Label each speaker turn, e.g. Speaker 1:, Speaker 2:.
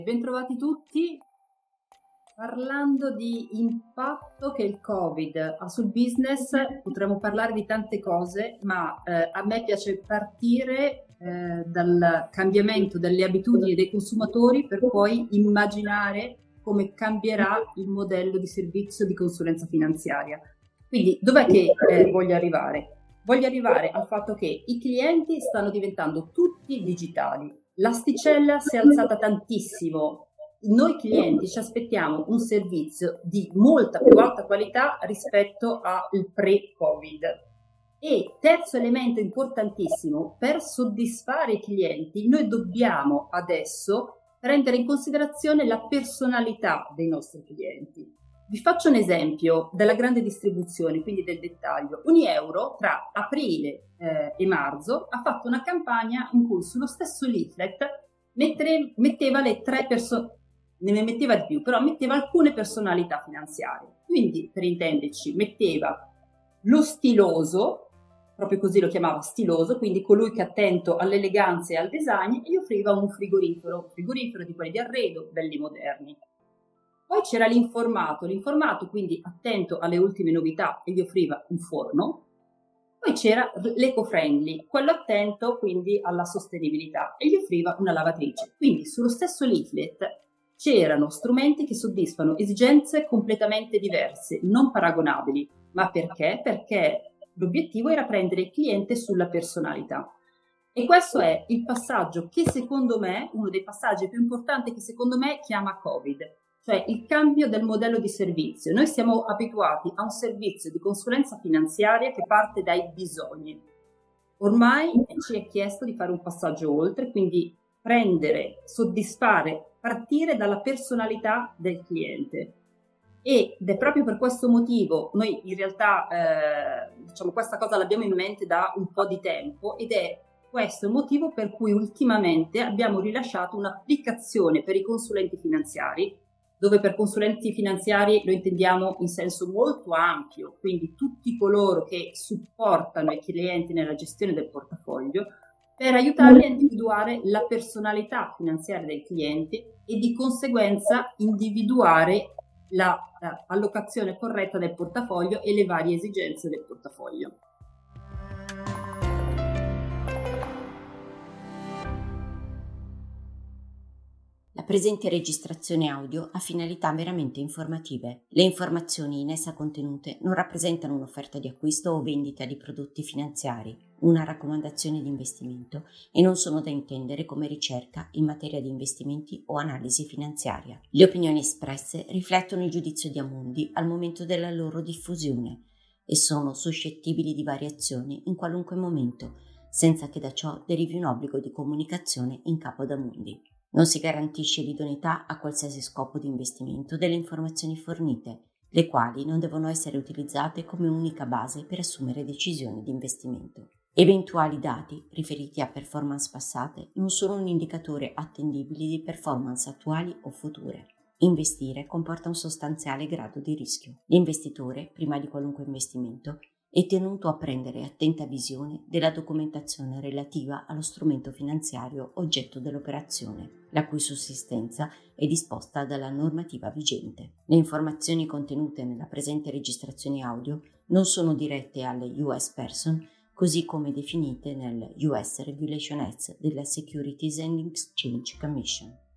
Speaker 1: Bentrovati tutti. Parlando di impatto che il Covid ha sul business, potremmo parlare di tante cose, ma a me piace partire dal cambiamento delle abitudini dei consumatori per poi immaginare come cambierà il modello di servizio di consulenza finanziaria. Quindi dov'è che voglio arrivare? Voglio arrivare al fatto che i clienti stanno diventando tutti digitali. L'asticella si è alzata tantissimo. Noi clienti ci aspettiamo un servizio di molta più alta qualità rispetto al pre-Covid. E terzo elemento importantissimo, per soddisfare i clienti, noi dobbiamo adesso prendere in considerazione la personalità dei nostri clienti. Vi faccio un esempio della grande distribuzione, quindi del dettaglio. Unieuro tra aprile e marzo ha fatto una campagna in cui sullo stesso leaflet metteva le tre persone, ne metteva di più, però metteva alcune personalità finanziarie. Quindi, per intenderci, metteva lo stiloso, proprio così lo chiamava stiloso, quindi colui che è attento all'eleganza e al design, e gli offriva un frigorifero di quelli di arredo, belli moderni. Poi c'era l'informato quindi attento alle ultime novità e gli offriva un forno. Poi c'era l'eco-friendly, quello attento quindi alla sostenibilità e gli offriva una lavatrice. Quindi sullo stesso leaflet c'erano strumenti che soddisfano esigenze completamente diverse, non paragonabili. Ma perché? Perché l'obiettivo era prendere il cliente sulla personalità. E questo è il passaggio che secondo me, uno dei passaggi più importanti che secondo me chiama Covid, cioè il cambio del modello di servizio. Noi siamo abituati a un servizio di consulenza finanziaria che parte dai bisogni. Ormai ci è chiesto di fare un passaggio oltre, quindi prendere, soddisfare, partire dalla personalità del cliente. Ed è proprio per questo motivo, noi in realtà questa cosa l'abbiamo in mente da un po' di tempo ed è questo il motivo per cui ultimamente abbiamo rilasciato un'applicazione per i consulenti finanziari, dove per consulenti finanziari lo intendiamo in senso molto ampio, quindi tutti coloro che supportano i clienti nella gestione del portafoglio, per aiutarli a individuare la personalità finanziaria del cliente e di conseguenza individuare la allocazione corretta del portafoglio e le varie esigenze del portafoglio.
Speaker 2: La presente registrazione audio ha finalità meramente informative. Le informazioni in essa contenute non rappresentano un'offerta di acquisto o vendita di prodotti finanziari, una raccomandazione di investimento e non sono da intendere come ricerca in materia di investimenti o analisi finanziaria. Le opinioni espresse riflettono il giudizio di Amundi al momento della loro diffusione e sono suscettibili di variazioni in qualunque momento, senza che da ciò derivi un obbligo di comunicazione in capo ad Amundi. Non si garantisce l'idoneità a qualsiasi scopo di investimento delle informazioni fornite, le quali non devono essere utilizzate come unica base per assumere decisioni di investimento. Eventuali dati riferiti a performance passate non sono un indicatore attendibile di performance attuali o future. Investire comporta un sostanziale grado di rischio. L'investitore, prima di qualunque investimento, è tenuto a prendere attenta visione della documentazione relativa allo strumento finanziario oggetto dell'operazione, la cui sussistenza è disposta dalla normativa vigente. Le informazioni contenute nella presente registrazione audio non sono dirette alle US Person, così come definite nel US Regulation Act della Securities and Exchange Commission.